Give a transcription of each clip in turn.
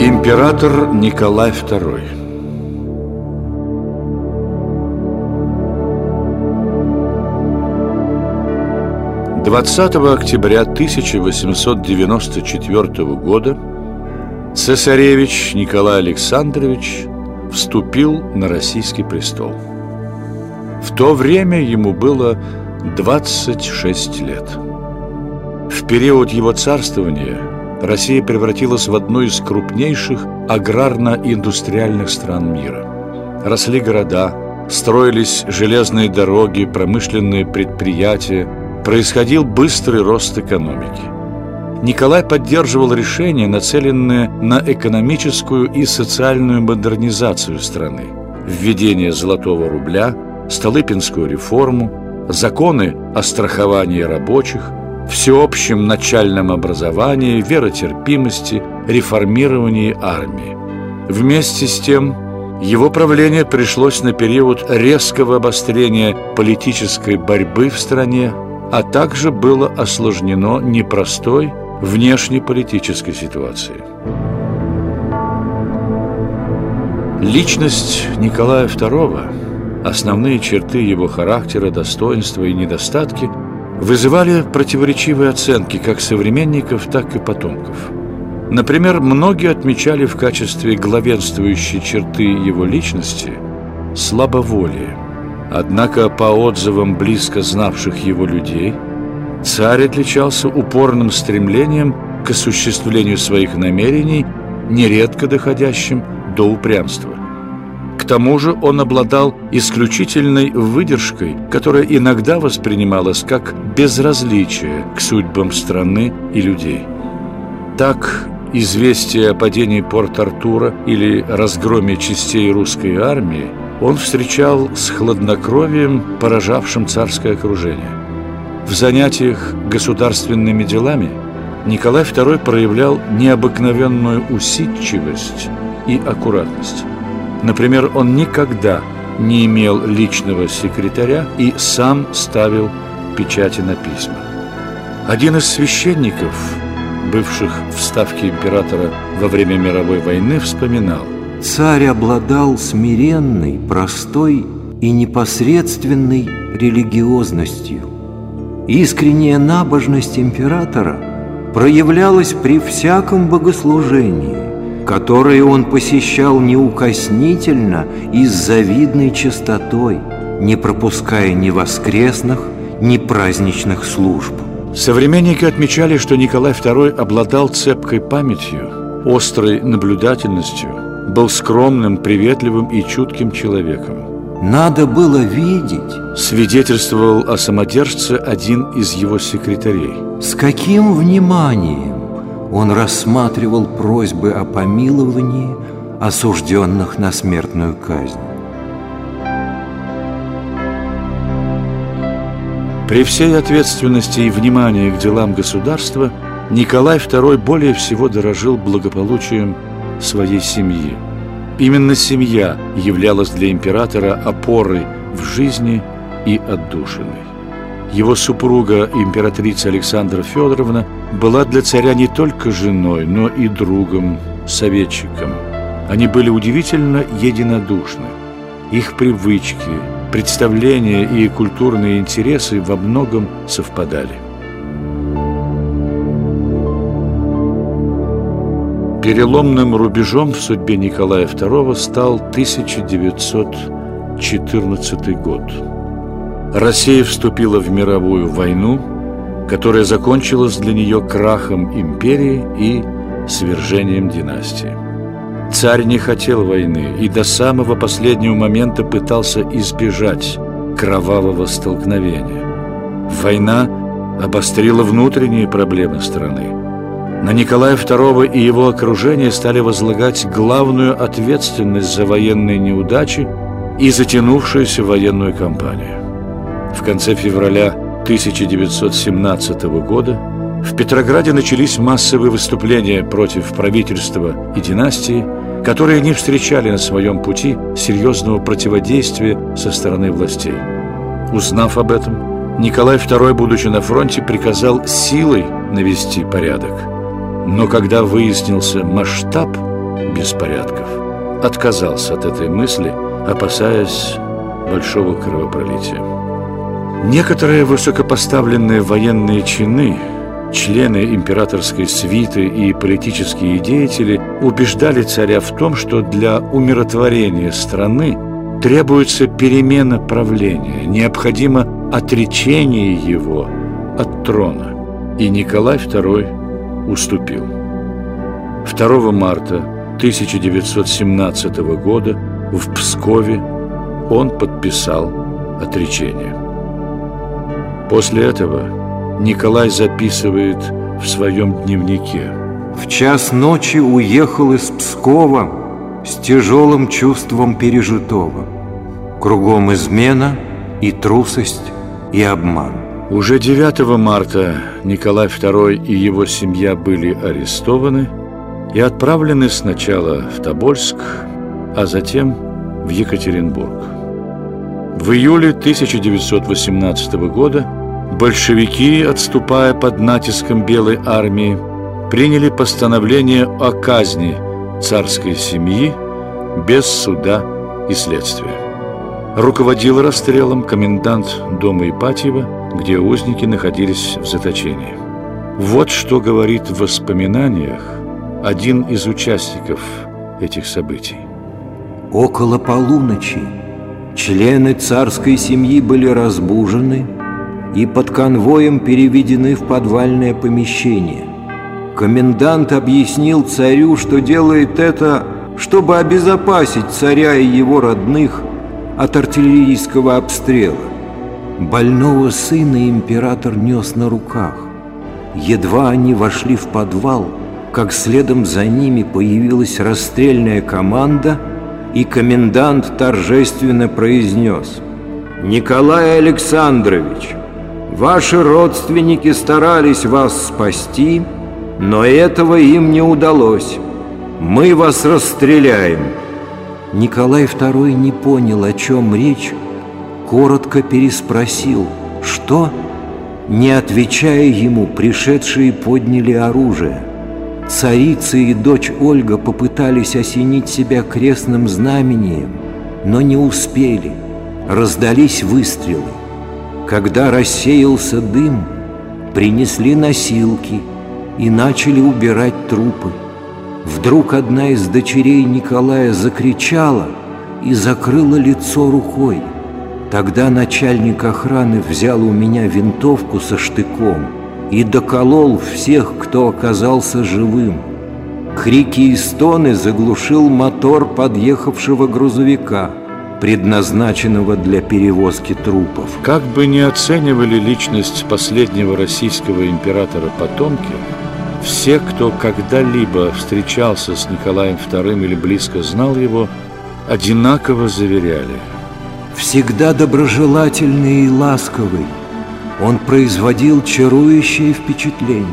Император Николай II. «20 октября 1894 года цесаревич Николай Александрович вступил на российский престол. В то время ему было 26 лет. В период его царствования Россия превратилась в одну из крупнейших аграрно-индустриальных стран мира. Росли города, строились железные дороги, промышленные предприятия, происходил быстрый рост экономики. Николай поддерживал решения, нацеленные на экономическую и социальную модернизацию страны, введение золотого рубля, Столыпинскую реформу, законы о страховании рабочих, всеобщем начальном образовании, веротерпимости, реформировании армии. Вместе с тем, его правление пришлось на период резкого обострения политической борьбы в стране, а также было осложнено непростой внешнеполитической ситуацией. Личность Николая II, основные черты его характера, достоинства и недостатки вызывали противоречивые оценки как современников, так и потомков. Например, многие отмечали в качестве главенствующей черты его личности слабоволие. Однако, по отзывам близко знавших его людей, царь отличался упорным стремлением к осуществлению своих намерений, нередко доходящим до упрямства. К тому же он обладал исключительной выдержкой, которая иногда воспринималась как безразличие к судьбам страны и людей. Так, известие о падении Порт-Артура или разгроме частей русской армии он встречал с хладнокровием, поражавшим царское окружение. В занятиях государственными делами Николай II проявлял необыкновенную усидчивость и аккуратность. Например, он никогда не имел личного секретаря и сам ставил печати на письма. Один из священников, бывших в ставке императора во время мировой войны, вспоминал: «Царь обладал смиренной, простой и непосредственной религиозностью. Искренняя набожность императора проявлялась при всяком богослужении, которое он посещал неукоснительно и с завидной чистотой, не пропуская ни воскресных, ни праздничных служб». Современники отмечали, что Николай II обладал цепкой памятью, острой наблюдательностью, был скромным, приветливым и чутким человеком. «Надо было видеть», — свидетельствовал о самодержце один из его секретарей, «с каким вниманием он рассматривал просьбы о помиловании осужденных на смертную казнь». При всей ответственности и внимании к делам государства Николай II более всего дорожил благополучием своей семьи. Именно семья являлась для императора опорой в жизни и отдушиной. Его супруга, императрица Александра Федоровна, была для царя не только женой, но и другом, советчиком. Они были удивительно единодушны. Их привычки, представления и культурные интересы во многом совпадали. Переломным рубежом в судьбе Николая II стал 1914 год. Россия вступила в мировую войну, которая закончилась для нее крахом империи и свержением династии. Царь не хотел войны и до самого последнего момента пытался избежать кровавого столкновения. Война обострила внутренние проблемы страны. На Николая II и его окружение стали возлагать главную ответственность за военные неудачи и затянувшуюся военную кампанию. В конце февраля 1917 года в Петрограде начались массовые выступления против правительства и династии, которые не встречали на своем пути серьезного противодействия со стороны властей. Узнав об этом, Николай II, будучи на фронте, приказал силой навести порядок. Но когда выяснился масштаб беспорядков, отказался от этой мысли, опасаясь большого кровопролития. Некоторые высокопоставленные военные чины, члены императорской свиты и политические деятели убеждали царя в том, что для умиротворения страны требуется перемена правления, необходимо отречение его от трона. И Николай II уступил. 2 марта 1917 года в Пскове он подписал отречение. После этого Николай записывает в своем дневнике: «В час ночи уехал из Пскова с тяжелым чувством пережитого. Кругом измена и трусость и обман». Уже 9 марта Николай II и его семья были арестованы и отправлены сначала в Тобольск, а затем в Екатеринбург. В июле 1918 года большевики, отступая под натиском Белой армии, приняли постановление о казни царской семьи без суда и следствия. Руководил расстрелом комендант дома Ипатьева, где узники находились в заточении. Вот что говорит в воспоминаниях один из участников этих событий. Около полуночи члены царской семьи были разбужены и под конвоем переведены в подвальное помещение. Комендант объяснил царю, что делает это, чтобы обезопасить царя и его родных от артиллерийского обстрела. Больного сына император нес на руках. Едва они вошли в подвал, как следом за ними появилась расстрельная команда, и комендант торжественно произнес: «Николай Александрович, ваши родственники старались вас спасти, но этого им не удалось. Мы вас расстреляем». Николай II не понял, о чем речь, коротко переспросил: «Что?». Не отвечая ему, пришедшие подняли оружие. Царица и дочь Ольга попытались осенить себя крестным знамением, но не успели. Раздались выстрелы. Когда рассеялся дым, принесли носилки и начали убирать трупы. Вдруг одна из дочерей Николая закричала и закрыла лицо рукой. Тогда начальник охраны взял у меня винтовку со штыком и доколол всех, кто оказался живым. Крики и стоны заглушил мотор подъехавшего грузовика, предназначенного для перевозки трупов. Как бы ни оценивали личность последнего российского императора потомки, все, кто когда-либо встречался с Николаем II или близко знал его, одинаково заверяли: всегда доброжелательный и ласковый, он производил чарующее впечатление.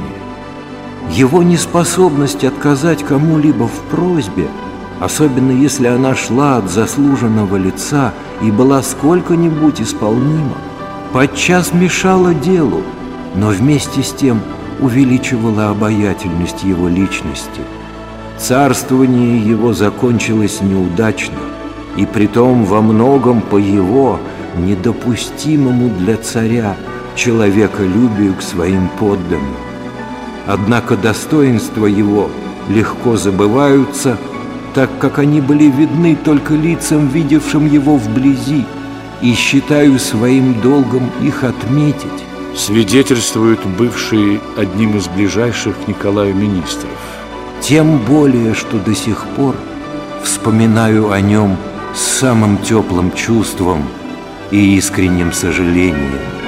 Его неспособность отказать кому-либо в просьбе, особенно если она шла от заслуженного лица и была сколько-нибудь исполнима, подчас мешала делу, но вместе с тем увеличивала обаятельность его личности. Царствование его закончилось неудачно, и притом во многом по его недопустимому для царя человеколюбию к своим подданным. Однако достоинства его легко забываются, так как они были видны только лицам, видевшим его вблизи, и считаю своим долгом их отметить. Свидетельствуют бывшие одним из ближайших к Николаю министров. Тем более, что до сих пор вспоминаю о нем с самым теплым чувством и искренним сожалением.